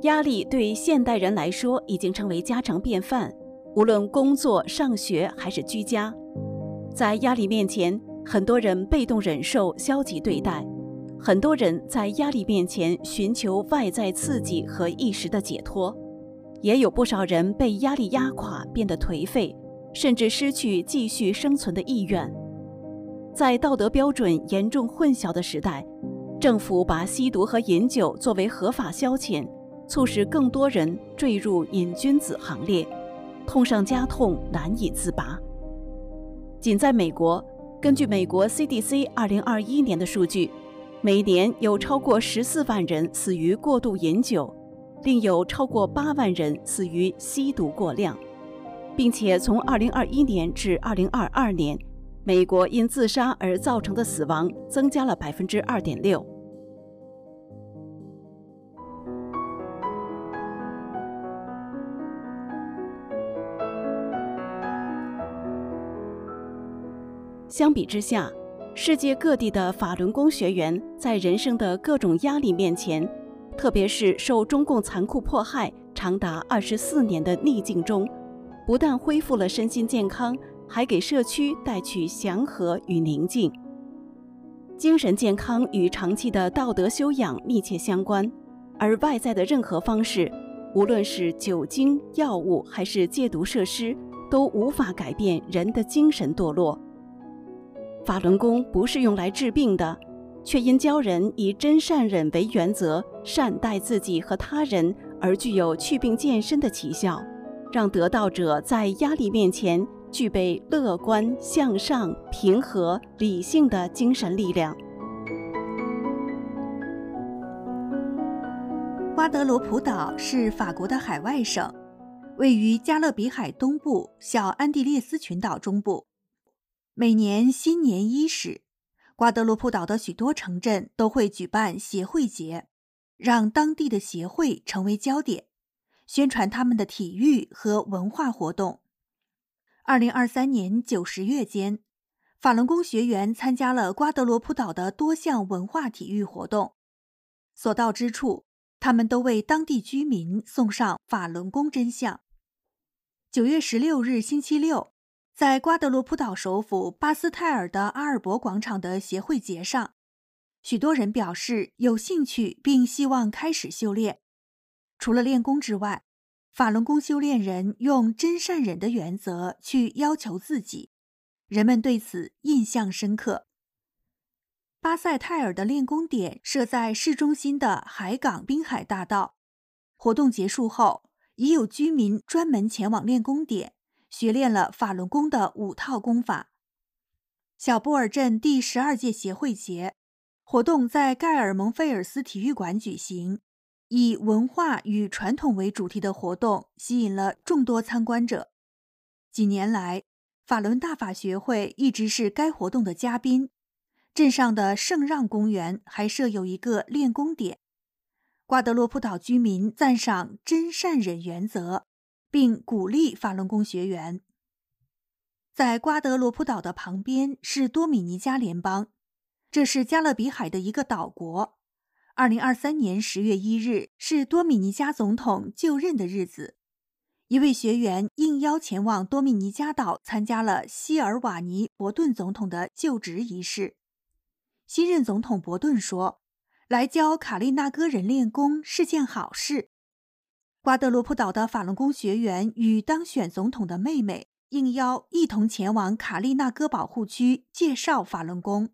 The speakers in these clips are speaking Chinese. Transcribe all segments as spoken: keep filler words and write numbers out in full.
压力对现代人来说已经成为家常便饭，无论工作、上学还是居家。在压力面前，很多人被动忍受、消极对待，很多人在压力面前寻求外在刺激和一时的解脱，也有不少人被压力压垮，变得颓废，甚至失去继续生存的意愿。在道德标准严重混淆的时代，政府把吸毒和饮酒作为合法消遣，促使更多人坠入瘾君子行列，痛上加痛，难以自拔。仅在美国，根据美国 C D C 二零二一年的数据，每年有超过十四万人死于过度饮酒，另有超过八万人死于吸毒过量，并且从二零二一年至二零二二年，美国因自杀而造成的死亡增加了 百分之二点六。相比之下，世界各地的法轮功学员在人生的各种压力面前，特别是受中共残酷迫害长达二十四年的逆境中，不但恢复了身心健康，还给社区带去祥和与宁静。精神健康与长期的道德修养密切相关，而外在的任何方式，无论是酒精、药物还是戒毒设施，都无法改变人的精神堕落。法轮功不是用来治病的，却因教人以真善忍为原则，善待自己和他人，而具有祛病健身的奇效，让得道者在压力面前具备乐观、向上、平和、理性的精神力量。 瓜德罗普岛是法国的海外省，位于加勒比海东部小安地列斯群岛中部。每年新年伊始，瓜德罗普岛的许多城镇都会举办协会节，让当地的协会成为焦点，宣传他们的体育和文化活动。二零二三年九十月间，法轮功学员参加了瓜德罗普岛的多项文化体育活动，所到之处，他们都为当地居民送上法轮功真相。九月十六日星期六，在瓜德罗普岛首府巴斯泰尔的阿尔伯广场的协会节上，许多人表示有兴趣并希望开始修炼。除了练功之外，法轮功修炼人用真善忍的原则去要求自己，人们对此印象深刻。巴塞泰尔的练功点设在市中心的海港滨海大道，活动结束后，已有居民专门前往练功点学练了法轮功的五套功法。小波尔镇第十二届协会节活动在盖尔蒙菲尔斯体育馆举行，以文化与传统为主题的活动吸引了众多参观者。几年来，法轮大法学会一直是该活动的嘉宾。镇上的圣让公园还设有一个练功点。瓜德罗普岛居民赞赏真善忍原则，并鼓励法轮功学员。在瓜德罗普岛的旁边是多米尼加联邦，这是加勒比海的一个岛国。二零二三年十月一日是多米尼加总统就任的日子，一位学员应邀前往多米尼加岛参加了希尔瓦尼·伯顿总统的就职仪式。新任总统伯顿说，来教卡利纳戈人练功是件好事。瓜德罗普岛的法轮功学员与当选总统的妹妹应邀一同前往卡利纳戈保护区介绍法轮功。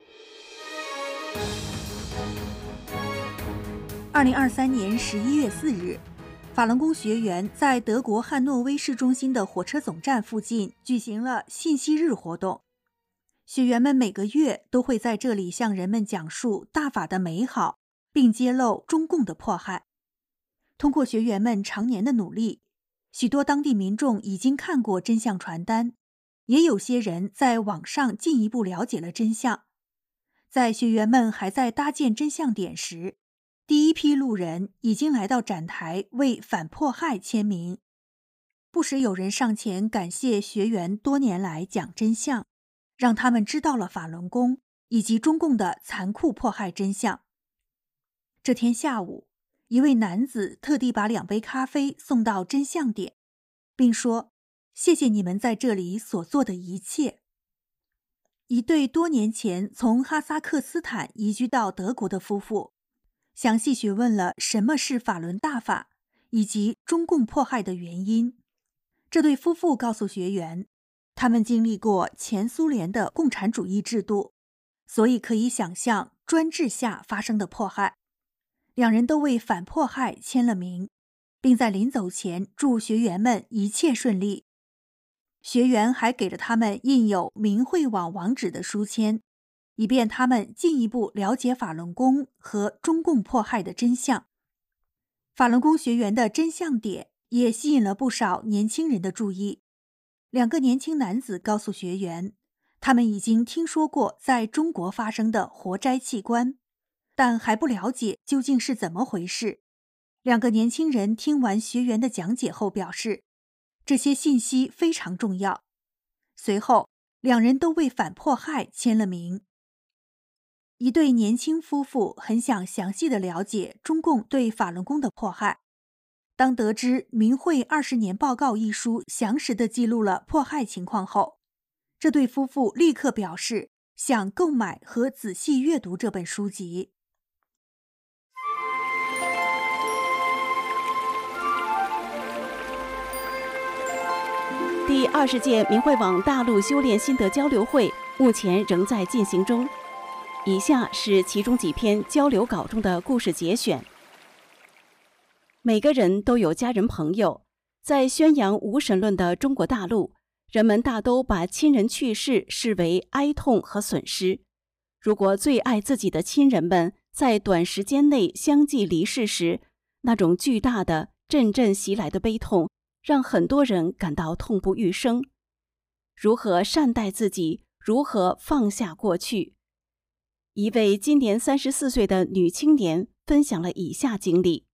二零二三年十一月四日，法轮功学员在德国汉诺威市中心的火车总站附近举行了信息日活动。学员们每个月都会在这里向人们讲述大法的美好，并揭露中共的迫害。通过学员们常年的努力，许多当地民众已经看过真相传单，也有些人在网上进一步了解了真相。在学员们还在搭建真相点时，第一批路人已经来到展台为反迫害签名。不时有人上前感谢学员多年来讲真相，让他们知道了法轮功以及中共的残酷迫害真相。这天下午， 一位男子特地把两杯咖啡送到真相点，并说：“谢谢你们在这里所做的一切。”一对多年前从哈萨克斯坦移居到德国的夫妇，详细询问了什么是法轮大法以及中共迫害的原因。这对夫妇告诉学员，他们经历过前苏联的共产主义制度，所以可以想象专制下发生的迫害。两人都为反迫害签了名，并在临走前祝学员们一切顺利。学员还给了他们印有明慧网网址的书签，以便他们进一步了解法轮功和中共迫害的真相。法轮功学员的真相点也吸引了不少年轻人的注意。两个年轻男子告诉学员，他们已经听说过在中国发生的活摘器官，但还不了解究竟是怎么回事。两个年轻人听完学员的讲解后表示，这些信息非常重要。随后，两人都为反迫害签了名。一对年轻夫妇很想详细的了解中共对法轮功的迫害。当得知《明慧二十年报告》一书详实地记录了迫害情况后，这对夫妇立刻表示想购买和仔细阅读这本书籍。 第二十届明慧网大陆修炼心得交流会目前仍在进行中。以下是其中几篇交流稿中的故事节选。每个人都有家人朋友，在宣扬无神论的中国大陆，人们大都把亲人去世视为哀痛和损失。如果最爱自己的亲人们在短时间内相继离世时，那种巨大的阵阵袭来的悲痛让很多人感到痛不欲生。如何善待自己，如何放下过去？一位今年三十四岁的女青年分享了以下经历：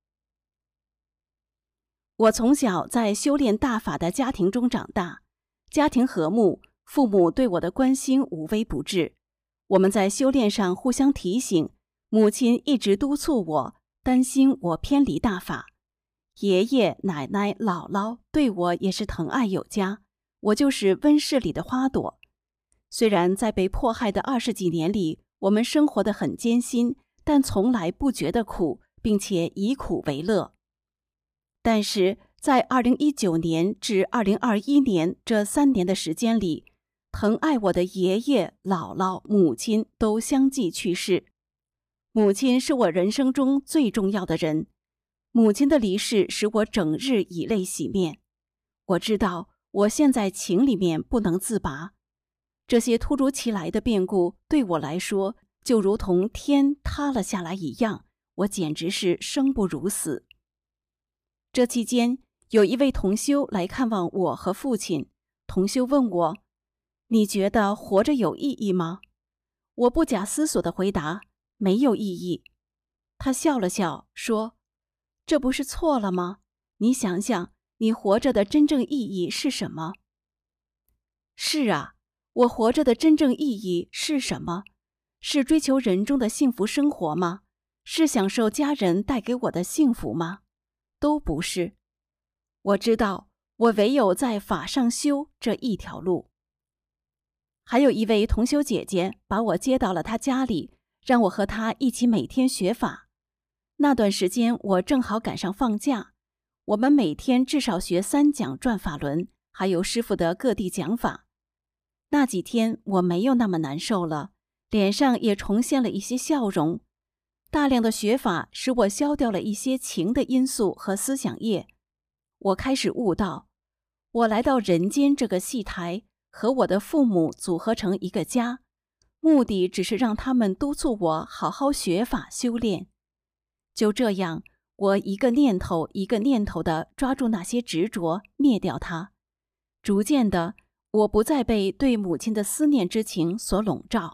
我从小在修炼大法的家庭中长大，家庭和睦，父母对我的关心无微不至。我们在修炼上互相提醒，母亲一直督促我，担心我偏离大法。爷爷、奶奶、姥姥对我也是疼爱有加，我就是温室里的花朵。虽然在被迫害的二十几年里，我们生活得很艰辛，但从来不觉得苦，并且以苦为乐。但是在二零一九年至二零二一年这三年的时间里，疼爱我的爷爷、姥姥、母亲都相继去世。母亲是我人生中最重要的人，母亲的离世使我整日以泪洗面。我知道我现在情里面不能自拔，这些突如其来的变故对我来说就如同天塌了下来一样，我简直是生不如死。这期间，有一位同修来看望我和父亲。同修问我：“你觉得活着有意义吗？”我不假思索地回答：“没有意义。”他笑了笑说：“这不是错了吗？你想想，你活着的真正意义是什么？”是啊，我活着的真正意义是什么？是追求人中的幸福生活吗？是享受家人带给我的幸福吗？都不是。我知道，我唯有在法上修这一条路。还有一位同修姐姐把我接到了她家里，让我和她一起每天学法。那段时间我正好赶上放假，我们每天至少学三讲转法轮，还有师父的各地讲法。那几天我没有那么难受了，脸上也重现了一些笑容。大量的学法使我消掉了一些情的因素和思想业。我开始悟到，我来到人间这个戏台，和我的父母组合成一个家，目的只是让他们督促我好好学法修炼。就这样，我一个念头一个念头地抓住那些执着，灭掉它。逐渐的，我不再被对母亲的思念之情所笼罩。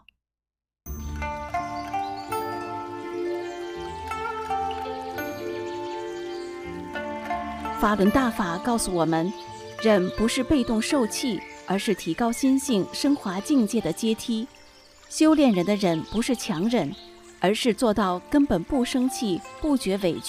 法轮大法告诉我们，忍不是被动受气，而是提高心性、升华境界的阶梯。修炼人的忍不是强忍，而是做到根本不生气、不觉委屈、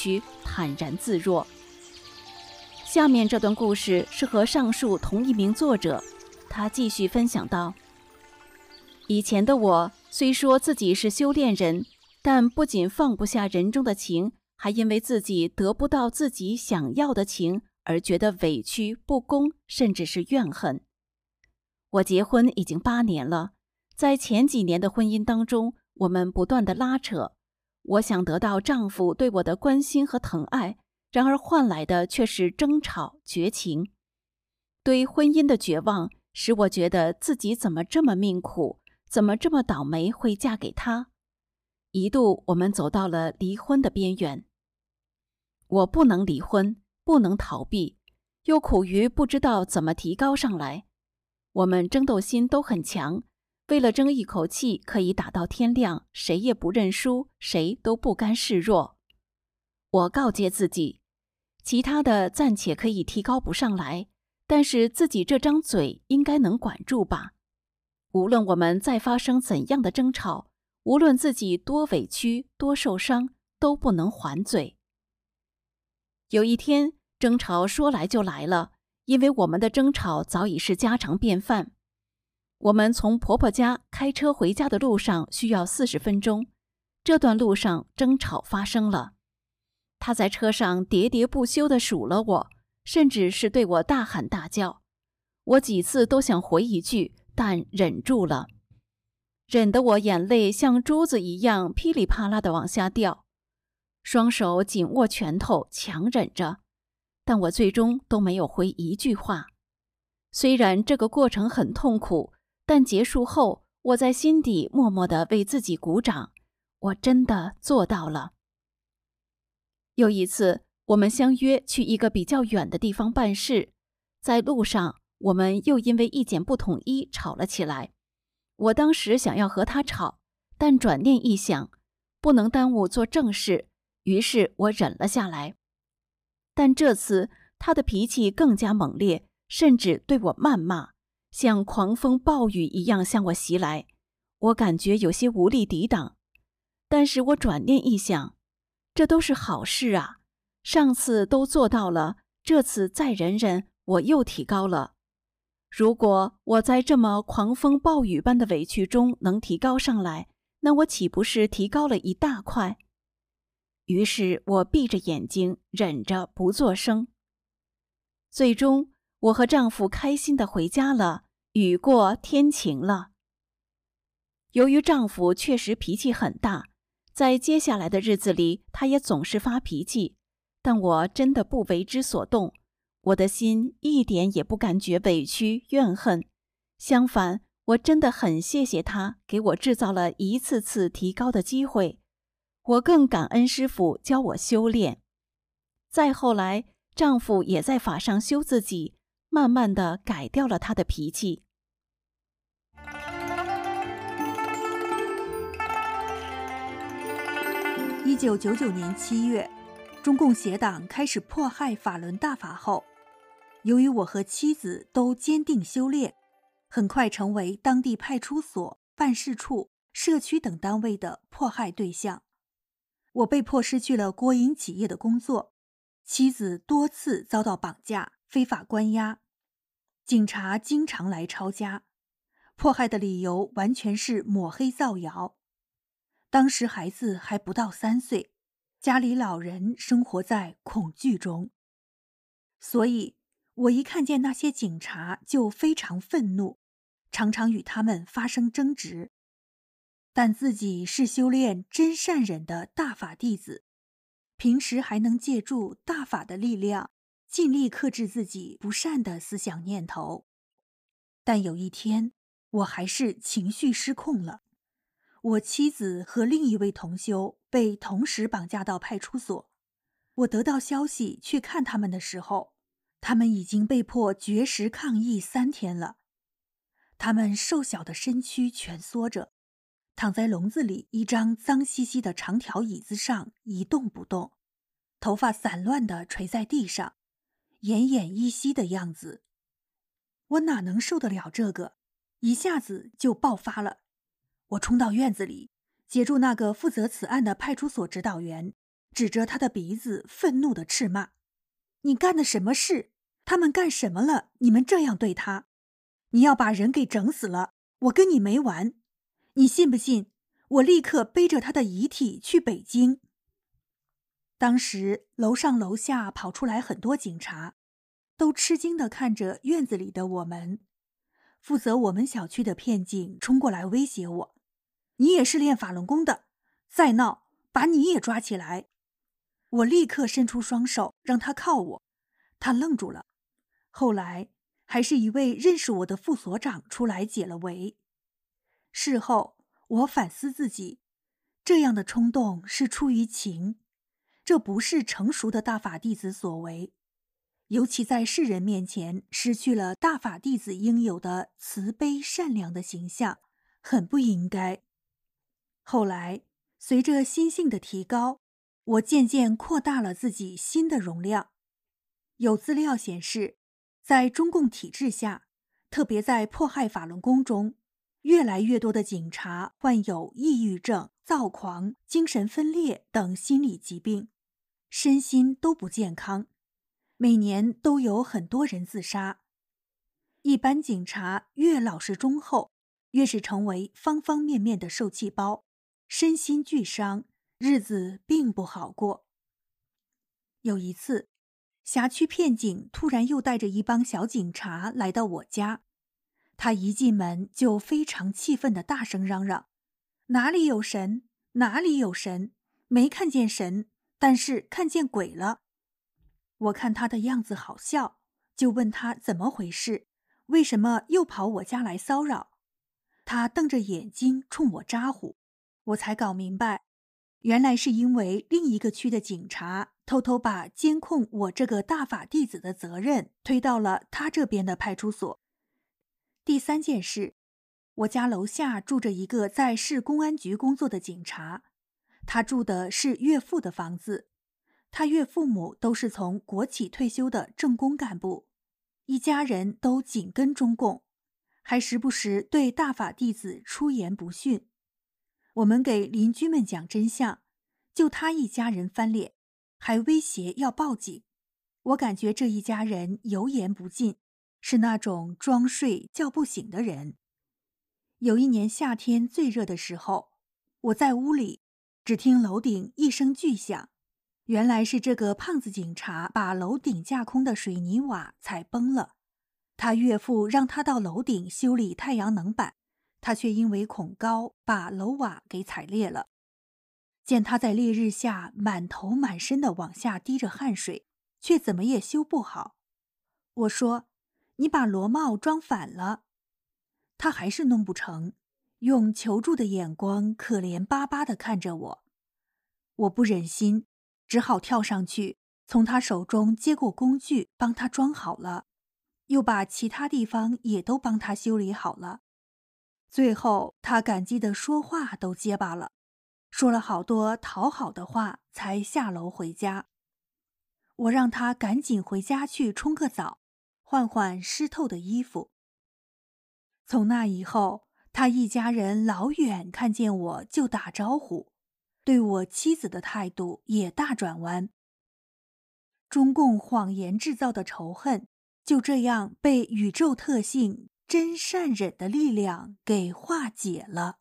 坦然自若。下面这段故事是和上述同一名作者，他继续分享道：以前的我虽说自己是修炼人，但不仅放不下人中的情，还因为自己得不到自己想要的情而觉得委屈、不公，甚至是怨恨。我结婚已经八年了，在前几年的婚姻当中，我们不断的拉扯，我想得到丈夫对我的关心和疼爱，然而换来的却是争吵、绝情。对婚姻的绝望使我觉得自己怎么这么命苦，怎么这么倒霉会嫁给他。一度我们走到了离婚的边缘。我不能离婚，不能逃避，又苦于不知道怎么提高上来。我们争斗心都很强，为了争一口气可以打到天亮，谁也不认输，谁都不甘示弱。我告诫自己，其他的暂且可以提高不上来，但是自己这张嘴应该能管住吧。无论我们再发生怎样的争吵，无论自己多委屈多受伤，都不能还嘴。有一天，争吵说来就来了，因为我们的争吵早已是家常便饭。我们从婆婆家开车回家的路上需要四十分钟，这段路上争吵发生了。她在车上喋喋不休地数了我，甚至是对我大喊大叫。我几次都想回一句，但忍住了，忍得我眼泪像珠子一样噼里啪啦地往下掉，双手紧握拳头强忍着，但我最终都没有回一句话。虽然这个过程很痛苦，但结束后，我在心底默默地为自己鼓掌，我真的做到了。有一次，我们相约去一个比较远的地方办事，在路上，我们又因为意见不统一吵了起来。我当时想要和他吵，但转念一想，不能耽误做正事，于是我忍了下来。但这次他的脾气更加猛烈，甚至对我谩骂，像狂风暴雨一样向我袭来，我感觉有些无力抵挡。但是我转念一想，这都是好事啊，上次都做到了，这次再忍忍，我又提高了。如果我在这么狂风暴雨般的委屈中能提高上来，那我岂不是提高了一大块？于是我闭着眼睛，忍着不作声。最终，我和丈夫开心地回家了，雨过天晴了。由于丈夫确实脾气很大，在接下来的日子里，他也总是发脾气，但我真的不为之所动，我的心一点也不感觉委屈怨恨，相反，我真的很谢谢他给我制造了一次次提高的机会，我更感恩师父教我修炼。再后来，丈夫也在法上修自己，慢慢地改掉了他的脾气。 一九九九年七月，中共邪党开始迫害法轮大法后，由于我和妻子都坚定修炼，很快成为当地派出所、办事处、社区等单位的迫害对象。我被迫失去了国营企业的工作，妻子多次遭到绑架、非法关押，警察经常来抄家，迫害的理由完全是抹黑造谣。当时孩子还不到三岁，家里老人生活在恐惧中，所以我一看见那些警察就非常愤怒，常常与他们发生争执。但自己是修炼真善忍的大法弟子，平时还能借助大法的力量，尽力克制自己不善的思想念头。但有一天，我还是情绪失控了。我妻子和另一位同修被同时绑架到派出所，我得到消息去看他们的时候，他们已经被迫绝食抗议三天了。他们瘦小的身躯蜷缩着，躺在笼子里一张脏兮兮的长条椅子上一动不动，头发散乱地垂在地上，奄奄一息的样子。我哪能受得了这个，一下子就爆发了。我冲到院子里，接住那个负责此案的派出所指导员， 指着他的鼻子愤怒地斥骂：“你干的什么事？他们干什么了？你们这样对他？你要把人给整死了，我跟你没完！你信不信，我立刻背着他的遗体去北京？”当时楼上楼下跑出来很多警察，都吃惊地看着院子里的我们。负责我们小区的片警冲过来威胁我：“你也是练法轮功的，再闹把你也抓起来！”我立刻伸出双手让他铐我，他愣住了。后来还是一位认识我的副所长出来解了围。事后我反思自己，这样的冲动是出于情，这不是成熟的大法弟子所为，尤其在世人面前失去了大法弟子应有的慈悲善良的形象，很不应该。后来随着心性的提高，我渐渐扩大了自己心的容量。有资料显示，在中共体制下，特别在迫害法轮功中，越来越多的警察患有抑郁症、躁狂、精神分裂等心理疾病，身心都不健康，每年都有很多人自杀。一般警察越老实忠厚，越是成为方方面面的受气包，身心俱伤，日子并不好过。有一次，辖区片警突然又带着一帮小警察来到我家，他一进门就非常气愤地大声嚷嚷：“哪里有神？哪里有神？没看见神，但是看见鬼了。”我看他的样子好笑，就问他怎么回事，为什么又跑我家来骚扰。他瞪着眼睛冲我咋呼，我才搞明白，原来是因为另一个区的警察偷偷把监控我这个大法弟子的责任推到了他这边的派出所。第三件事，我家楼下住着一个在市公安局工作的警察，他住的是岳父的房子，他岳父母都是从国企退休的政工干部，一家人都紧跟中共，还时不时对大法弟子出言不逊。我们给邻居们讲真相，就他一家人翻脸，还威胁要报警。我感觉这一家人油盐不进，是那种装睡叫不醒的人。有一年夏天最热的时候，我在屋里，只听楼顶一声巨响，原来是这个胖子警察把楼顶架空的水泥瓦踩崩了。他岳父让他到楼顶修理太阳能板，他却因为恐高把楼瓦给踩裂了。见他在烈日下满头满身的往下滴着汗水，却怎么也修不好。我说：“你把螺帽装反了。”他还是弄不成，用求助的眼光可怜巴巴地看着我。我不忍心，只好跳上去，从他手中接过工具帮他装好了，又把其他地方也都帮他修理好了。最后他感激地说话都结巴了，说了好多讨好的话才下楼回家。我让他赶紧回家去冲个澡，换换湿透的衣服。从那以后，他一家人老远看见我就打招呼，对我妻子的态度也大转弯。中共谎言制造的仇恨，就这样被宇宙特性真善忍的力量给化解了。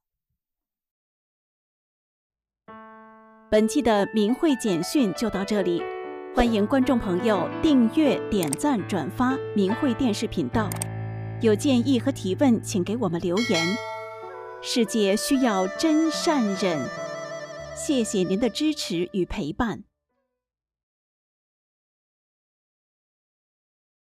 本期的明慧简讯就到这里，欢迎观众朋友订阅、点赞、转发明慧电视频道。有建议和提问，请给我们留言。世界需要真善忍，谢谢您的支持与陪伴。